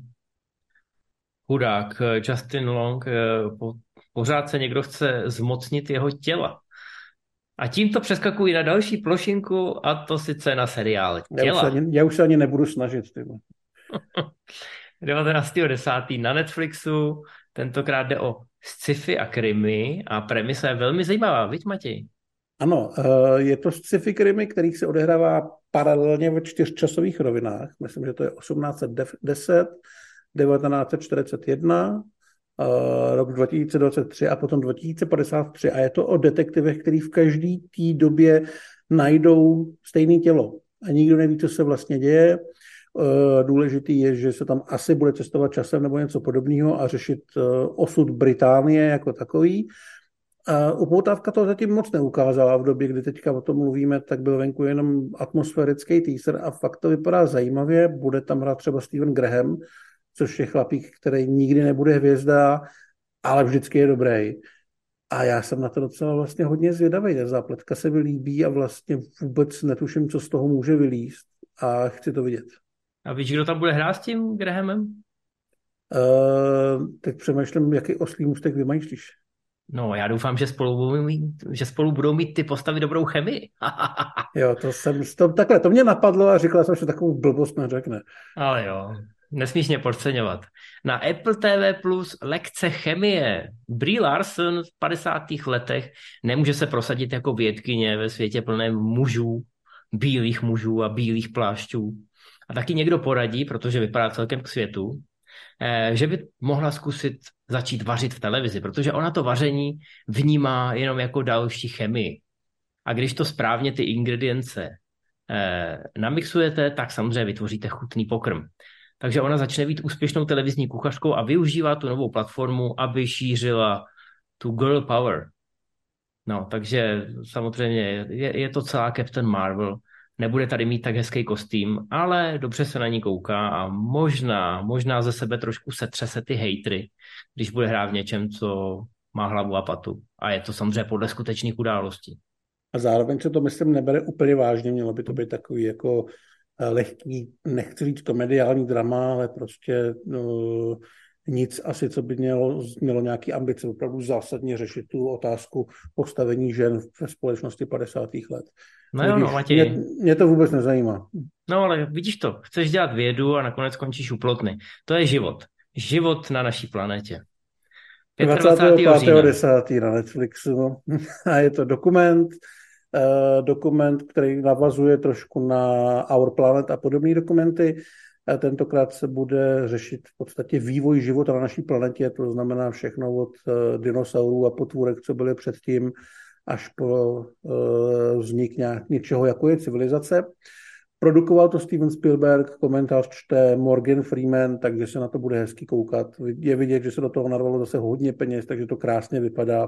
Chudák Justin Long, po, pořád se někdo chce zmocnit jeho těla. A tímto přeskakují na další plošinku, a to sice na seriál Těla. Já už se ani, já už se ani nebudu snažit. devatenáctého desátého na Netflixu, tentokrát jde o sci-fi a krimi a premisa je velmi zajímavá, viď Matěj? Ano, je to sci-fi krimi, který se odehrává paralelně ve čtyřčasových rovinách. Myslím, že to je osmnáct set deset, devatenáct set čtyřicet jedna, Uh, rok dva tisíce dvacet tři a potom dva tisíce padesát tři a je to o detektivech, který v každé té době najdou stejné tělo a nikdo neví, co se vlastně děje. Uh, důležitý je, že se tam asi bude cestovat časem nebo něco podobného a řešit uh, osud Británie jako takový. Uh, upoutávka to zatím moc neukázala v době, kdy teďka o tom mluvíme, tak byl venku jenom atmosférický teaser a fakt to vypadá zajímavě. Bude tam hrát třeba Stephen Graham, což je chlapík, který nikdy nebude hvězda, ale vždycky je dobrý. A já jsem na to docela vlastně hodně zvědavý. Ta zápletka se mi líbí a vlastně vůbec netuším, co z toho může vylízt a chci to vidět. A víš, kdo tam bude hrát s tím Grahamem? Uh, teď přemýšlím, jaký oslý můstek vymýšlíš. No, já doufám, že spolu budou mít, že spolu budou mít ty postavy dobrou chemii. Jo, to jsem, to, takhle, to mě napadlo a říkala jsem, že takovou blbost neřekne. Ale jo. Nesmíš mě podceňovat. Na Apple T V plus lekce chemie. Brie Larson v padesátých letech nemůže se prosadit jako vědkyně ve světě plném mužů, bílých mužů a bílých plášťů. A taky někdo poradí, protože vypadá celkem k světu, že by mohla zkusit začít vařit v televizi, protože ona to vaření vnímá jenom jako další chemii. A když to správně ty ingredience namixujete, tak samozřejmě vytvoříte chutný pokrm. Takže ona začne být úspěšnou televizní kuchařkou a využívá tu novou platformu, aby šířila tu girl power. No, takže samozřejmě je, je to celá Captain Marvel. Nebude tady mít tak hezký kostým, ale dobře se na ní kouká a možná, možná ze sebe trošku setřese ty hejtry, když bude hrát v něčem, co má hlavu a patu. A je to samozřejmě podle skutečných událostí. A zároveň se to, myslím, nebere úplně vážně. Mělo by to být takový jako lehký, nechci říct komediální drama, ale prostě no, nic asi, co by mělo, mělo nějaký ambice opravdu zásadně řešit tu otázku postavení žen ve společnosti padesátých let. No jo, no, Matěj. Mě, mě to vůbec nezajímá. No ale vidíš to, chceš dělat vědu a nakonec končíš u plotny. To je život. Život na naší planetě. dvacátého pátého desátého na Netflixu a je to dokument dokument, který navazuje trošku na Our Planet a podobné dokumenty. Tentokrát se bude řešit v podstatě vývoj života na naší planetě, to znamená všechno od dinosaurů a potvůrek, co byly předtím, až po vznik nějak něčeho, jako je civilizace. Produkoval to Steven Spielberg, komentář čte Morgan Freeman, takže se na to bude hezky koukat. Je vidět, že se do toho narvalo zase hodně peněz, takže to krásně vypadá.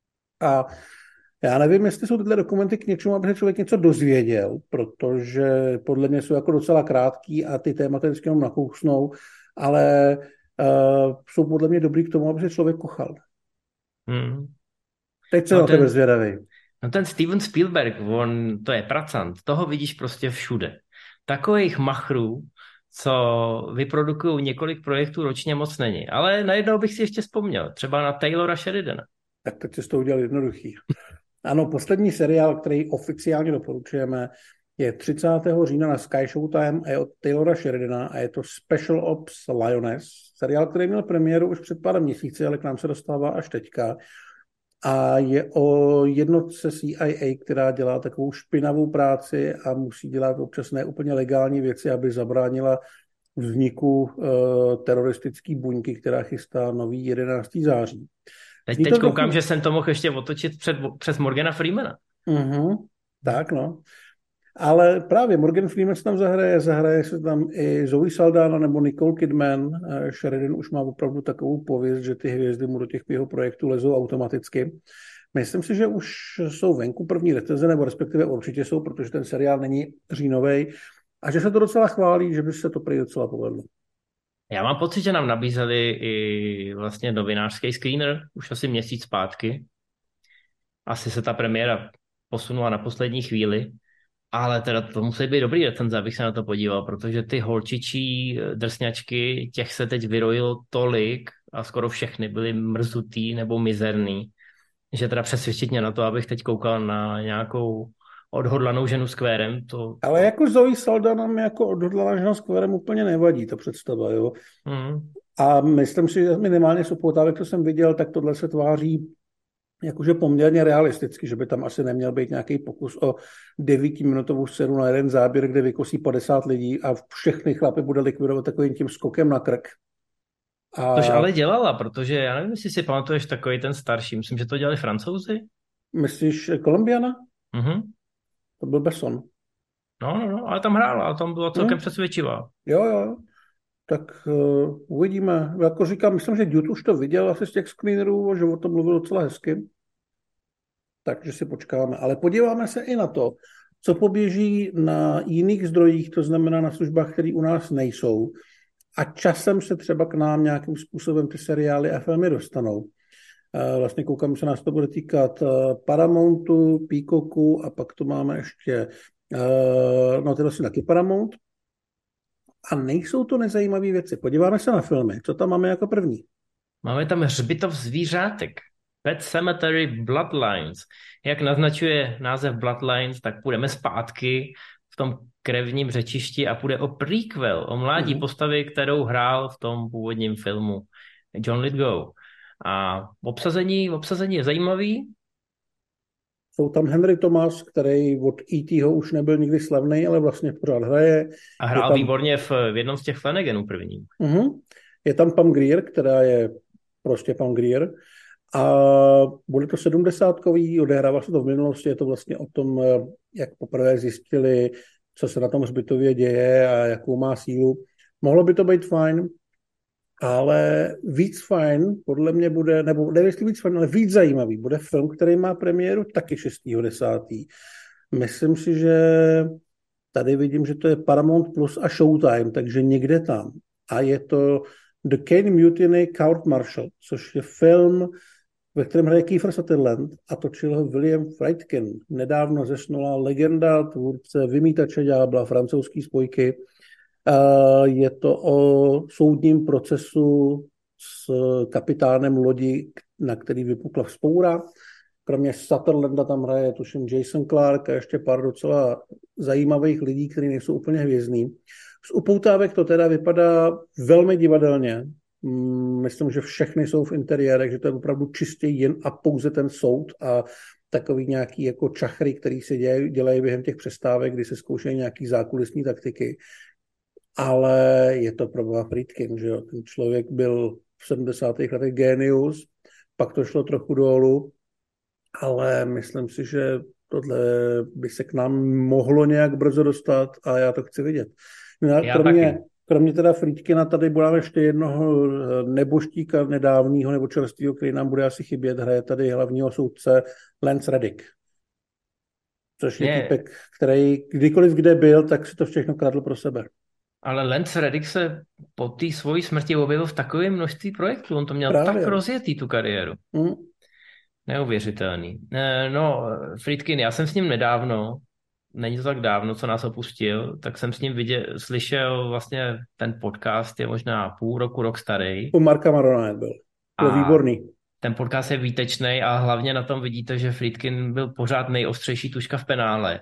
A já nevím, jestli jsou tyhle dokumenty k něčemu, aby se člověk něco dozvěděl, protože podle mě jsou jako docela krátký a ty témata vždycky jenom nakousnou, ale uh, jsou podle mě dobrý k tomu, aby se člověk kochal. Hmm. Teď se no na ten, tebe zvědavý. No ten Steven Spielberg, on, to je pracant, toho vidíš prostě všude. Takových machrů, co vyprodukují několik projektů ročně, moc není. Ale najednou bych si ještě vzpomněl, třeba na Taylora Sheridana. Tak teď jsi to udělal jednoduchý. Ano, poslední seriál, který oficiálně doporučujeme, je třicátého října na Sky Showtime a je od Taylora Sheridana a je to Special Ops Lioness. Seriál, který měl premiéru už před pár měsíci, ale k nám se dostává až teďka. A je o jednotce C I A, která dělá takovou špinavou práci a musí dělat občas ne úplně legální věci, aby zabránila vzniku uh, teroristické buňky, která chystá nový jedenáctého září. Teď, teď koukám, trochu... že jsem to mohl ještě otočit před, přes Morgana Freemana. Uh-huh. Tak, no. Ale právě Morgan Freeman se tam zahraje, zahraje se tam i Zoe Saldana nebo Nicole Kidman. Sheridan už má opravdu takovou pověst, že ty hvězdy mu do těch jeho projektů lezou automaticky. Myslím si, že už jsou venku první recenze, nebo respektive určitě jsou, protože ten seriál není říjnovej a že se to docela chválí, že by se to prý docela povedlo. Já mám pocit, že nám nabízeli i vlastně novinářský screener už asi měsíc zpátky. Asi se ta premiéra posunula na poslední chvíli, ale teda to musí být dobrý recenze, abych se na to podíval, protože ty holčičí drsňačky, těch se teď vyrojilo tolik a skoro všechny byly mrzutý nebo mizerný, že teda přesvědčit mě na to, abych teď koukal na nějakou odhodlanou ženu s kvérem. To... Ale jako Zoe Saldana mi jako odhodlaná žena s kvérem úplně nevadí, ta představa, jo. Mm. A myslím si, že minimálně z upoutávek, co jsem viděl, tak tohle se tváří jakože poměrně realisticky, že by tam asi neměl být nějaký pokus o devítiminutovou scénu na jeden záběr, kde vykosí padesát lidí a všechny chlapy bude likvidovat takovým tím skokem na krk. A... Tož ale dělala, protože já nevím, jestli si pamatuješ takový ten starší, myslím, že to dělali Francouzi. Myslíš Colombiana? Mhm. To byl Besson. No, no, no, ale tam hrála, a tam byla celkem hmm. přesvědčivá. Jo, jo. Tak uh, uvidíme. Jako říkám, myslím, že Dude už to viděl asi z těch screenerů, že o tom mluvil docela hezky. Takže si počkáme. Ale podíváme se i na to, co poběží na jiných zdrojích, to znamená na službách, které u nás nejsou. A časem se třeba k nám nějakým způsobem ty seriály a filmy dostanou. Uh, vlastně koukám, se nás to bude týkat uh, Paramountu, Peacocku a pak to máme ještě, uh, no to je vlastně taky Paramount. A nejsou to nezajímavé věci. Podíváme se na filmy. Co tam máme jako první? Máme tam Hřbitov zvířátek. Pet Sematary Bloodlines. Jak naznačuje název Bloodlines, tak půjdeme zpátky v tom krevním řečišti a půjde o prequel, o mládí mm. postavy, kterou hrál v tom původním filmu John Lithgow. A obsazení, obsazení je zajímavý. Jsou tam Henry Thomas, který od E T ho už nebyl nikdy slavný, ale vlastně pořád hraje. A hrál tam... výborně v, v jednom z těch Flanaganů prvním. Uh-huh. Je tam Pam Grier, která je prostě Pam Grier. A bude to sedmdesátkový, odehrává se to v minulosti, je to vlastně o tom, jak poprvé zjistili, co se na tom hřbitově děje a jakou má sílu. Mohlo by to být fajn, ale víc fajn, podle mě bude, nebo nevím, jestli víc fajn, ale víc zajímavý, bude film, který má premiéru taky šestého desátého Myslím si, že tady vidím, že to je Paramount Plus a Showtime, takže někde tam. A je to The Kane Mutiny Court Martial, což je film, ve kterém hraje Kiefer Sutherland a točil ho William Friedkin. Nedávno zesnula legenda, tvůrce Vymítače ďábla, francouzský spojky. Je to o soudním procesu s kapitánem lodi, na který vypukla vzpoura. Kromě Sutherlanda tam hraje, tuším, Jason Clarke a ještě pár docela zajímavých lidí, kteří nejsou úplně hvězdní. Z upoutávek to teda vypadá velmi divadelně. Myslím, že všechny jsou v interiérech, že to je opravdu čistě jen a pouze ten soud a takový nějaký jako čachry, který se dělají, dělají během těch přestávek, kdy se zkoušejí nějaký zákulisní taktiky. Ale je to Proboha Friedkin, že jo? Ten člověk byl v sedmdesátých letech génius, pak to šlo trochu dolů, ale myslím si, že tohle by se k nám mohlo nějak brzo dostat a já to chci vidět. Já Kromě, taky. kromě teda Friedkina tady bude ještě jednoho nebožtíka nedávného nebo čerstvého, který nám bude asi chybět. Hraje tady hlavního soudce Lance Reddick. Což je Je, týpek, který kdykoliv kde byl, tak si to všechno kradl pro sebe. ale Lance Reddick se po té svojí smrti objevil v takovém množství projektů. On to měl Právě. tak rozjetý, tu kariéru. Mm. Neuvěřitelný. Eh, No, Friedkin, já jsem s ním nedávno, není to tak dávno, co nás opustil, tak jsem s ním viděl, slyšel vlastně ten podcast, je možná půl roku, rok starý. U Marka Marona byl. Byl A výborný. ten podcast je výtečný a hlavně na tom vidíte, že Friedkin byl pořád nejostřejší tuška v penále.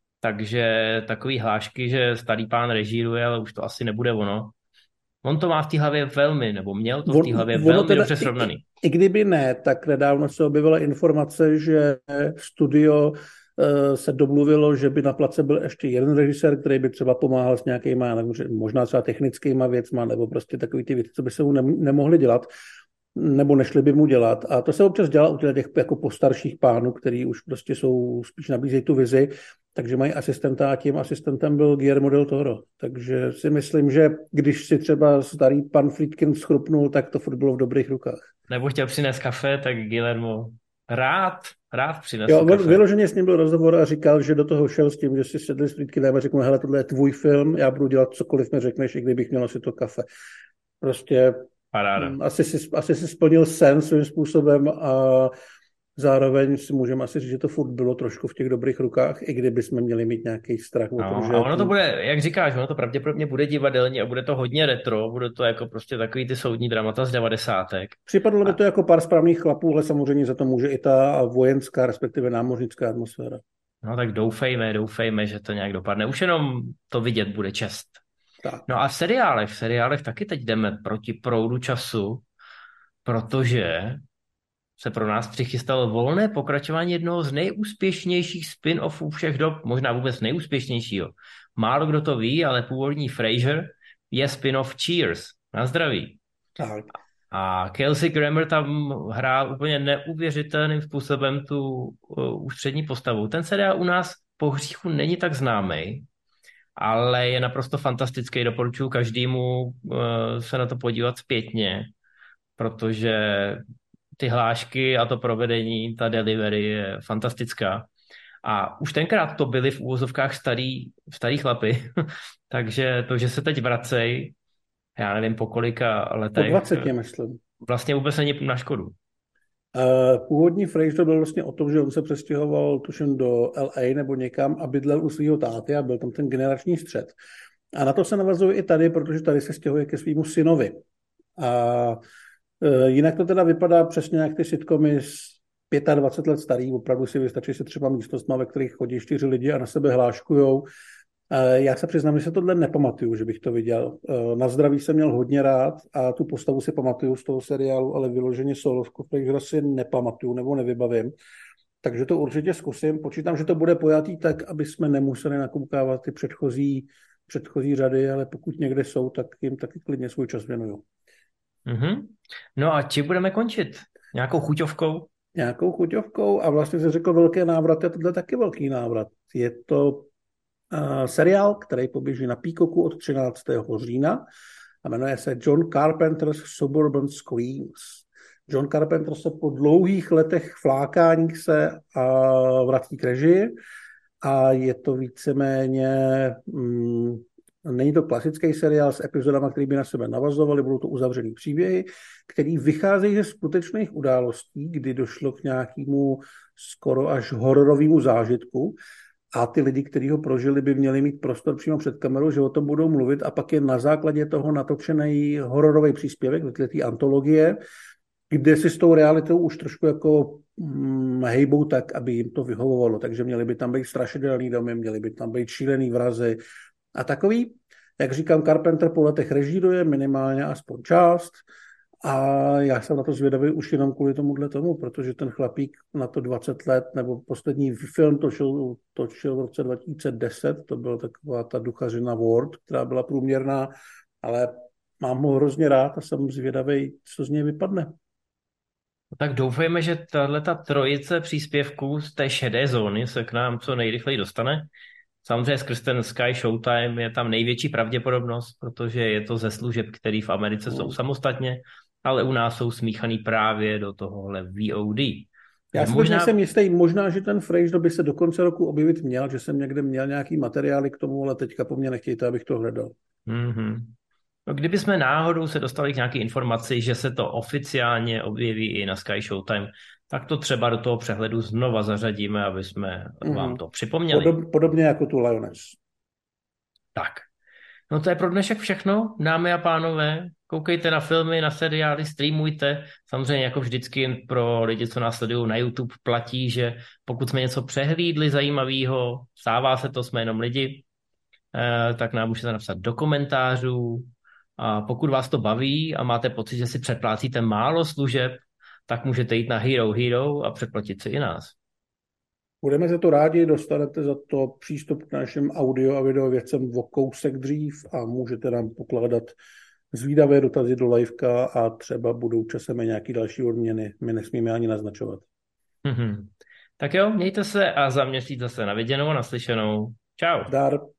Takže takový hlášky, že starý pán režíruje, ale už to asi nebude ono. On to má v té hlavě velmi, nebo měl to v té hlavě On, velmi teda, dobře srovnaný. I, I kdyby ne, tak nedávno se objevila informace, že studio uh, se domluvilo, že by na place byl ještě jeden režisér, který by třeba pomáhal s nějakýma, nevím, možná třeba technickýma věcma, nebo prostě takový ty věci, co by se mu ne, nemohli dělat, nebo nešli by mu dělat. A to se občas dělá u těch jako postarších pánů, který už prostě jsou, spíš nabízejí tu vizi, takže mají asistenta a tím asistentem byl Guillermo del Toro. Takže si myslím, že když si třeba starý pan Friedkin schrupnul, tak to furt bylo v dobrých rukách. Nebo chtěl přinést kafe, tak Guillermo rád, rád přinesl Jo, kafe. vyloženě s ním byl rozhovor a říkal, že do toho šel s tím, že si sedli s Friedkinem a řekl, hele, tohle je tvůj film, já budu dělat cokoliv mi řekneš, i kdybych měl nosit to kafe. Prostě Paráda. asi si, asi si splnil sen svým způsobem a zároveň si můžeme asi říct, že to furt bylo trošku v těch dobrých rukách, i kdyby jsme měli mít nějaký strach o No, tom, že... a ono to bude, jak říkáš, ono to pravděpodobně bude divadelní a bude to hodně retro, bude to jako prostě takový ty soudní dramata z devadesátek. Připadlo mi A... to jako pár správných chlapů, ale samozřejmě za to může i ta vojenská, respektive námořnická atmosféra. No tak doufejme, doufejme, že to nějak dopadne. Už jenom to vidět bude čest. Tak. No a v seriálech, v seriálech taky teď jdeme proti proudu času, protože se pro nás přichystalo volné pokračování jednoho z nejúspěšnějších spin-offů všech dob, možná vůbec nejúspěšnějšího. Málo kdo to ví, ale původní Frasier je spin-off Cheers. Na zdraví. Tak. A Kelsey Grammer tam hrál úplně neuvěřitelným způsobem tu uh, ústřední postavu. Ten seriál u nás po hříchu není tak známý, ale je naprosto fantastický. Doporučuji každému uh, se na to podívat zpětně, protože ty hlášky a to provedení, ta delivery je fantastická. A už tenkrát to byli v úvozovkách starý, starý chlapy, takže to, že se teď vracej, já nevím po kolika letech, Po dvaceti, myslím. vlastně vůbec není na škodu. Původní Frasier byl vlastně o tom, že on se přestěhoval tuším do L A nebo někam a bydlel u svého táty a byl tam ten generační střet. A na to se navazuje i tady, protože tady se stěhuje ke svýmu synovi. A jinak to teda vypadá přesně jak ty sitcomy z dvacet pět let starý, opravdu si vystačí se třeba místnostma, ve kterých chodí čtyři lidi a na sebe hláškujou. Já se přiznám, že se tohle nepamatuju, že bych to viděl. Na zdraví jsem měl hodně rád a tu postavu si pamatuju z toho seriálu, ale vyloženě solovku, takže si nepamatuju nebo nevybavím. Takže to určitě zkusím. Počítám, že to bude pojatý tak, aby jsme nemuseli nakoukávat ty předchozí, předchozí řady, ale pokud někde jsou, tak jim taky klidně svůj čas věnuju. Mm-hmm. No a či budeme končit? Nějakou chuťovkou? Nějakou chuťovkou a vlastně jsem řekl velké návraty a tohle je taky velký návrat. Je to uh, seriál, který poběží na Peacocku od třináctého října a jmenuje se John Carpenter's Suburban Screams. John Carpenter se po dlouhých letech flákání se a vrací k režii a je to víceméně... Mm, Není to klasický seriál s epizodama, které by na sebe navazovaly, budou to uzavřený příběhy, který vycházejí ze skutečných událostí, kdy došlo k nějakému skoro až hororovému zážitku a ty lidi, kteří ho prožili, by měli mít prostor přímo před kamerou, že o tom budou mluvit a pak je na základě toho natočený hororový příspěvek, té antologie, kde si s tou realitou už trošku jako hm, hejbou tak, aby jim to vyhovovalo. Takže měly by tam být strašidelný domy, měly by tam být šílený vrazy, a takový, jak říkám, Carpenter po letech režíruje minimálně aspoň část A já jsem na to zvědavý už jenom kvůli tomuhle tomu, protože ten chlapík na to dvacet let, nebo poslední film točil, točil v roce dva tisíce deset, to byla taková ta duchařina Ward, která byla průměrná, ale mám ho hrozně rád a jsem zvědavý, co z něj vypadne. Tak doufejme, že tahle ta trojice příspěvků z té šedé zóny se k nám co nejrychleji dostane. Samozřejmě skrz ten Sky Showtime je tam největší pravděpodobnost, protože je to ze služeb, které v Americe jsou samostatně, ale u nás jsou smíchaný právě do tohohle V O D. Já Takže si teď možná... nejsem jistý, možná, že ten Frasier by se do konce roku objevit měl, že jsem někde měl nějaký materiály k tomu, ale teďka po mně nechtějte, abych to hledal. Mm-hmm. No, kdybychom náhodou se dostali k nějaké informaci, že se to oficiálně objeví i na Sky Showtime, tak to třeba do toho přehledu znova zařadíme, aby jsme vám Mm-hmm. to připomněli. Podob, podobně jako tu Lioness. Tak. No to je pro dnešek všechno, dámy a pánové. Koukejte na filmy, na seriály, streamujte. Samozřejmě jako vždycky pro lidi, co nás sledují na YouTube, platí, že pokud jsme něco přehlídli zajímavého, stává se to, jsme jenom lidi, eh, tak nám můžete napsat do komentářů. A pokud vás to baví a máte pocit, že si předplácíte málo služeb, tak můžete jít na Hero Hero a předplatit si i nás. Budeme za to rádi, dostanete za to přístup k našim audio a video věcem o kousek dřív a můžete nám pokládat zvídavé dotazy do liveka a třeba budou časem nějaký další odměny. My nesmíme ani naznačovat. Mhm. Tak jo, mějte se a za měsíc zase na viděnou a naslyšenou. Čau. Dár.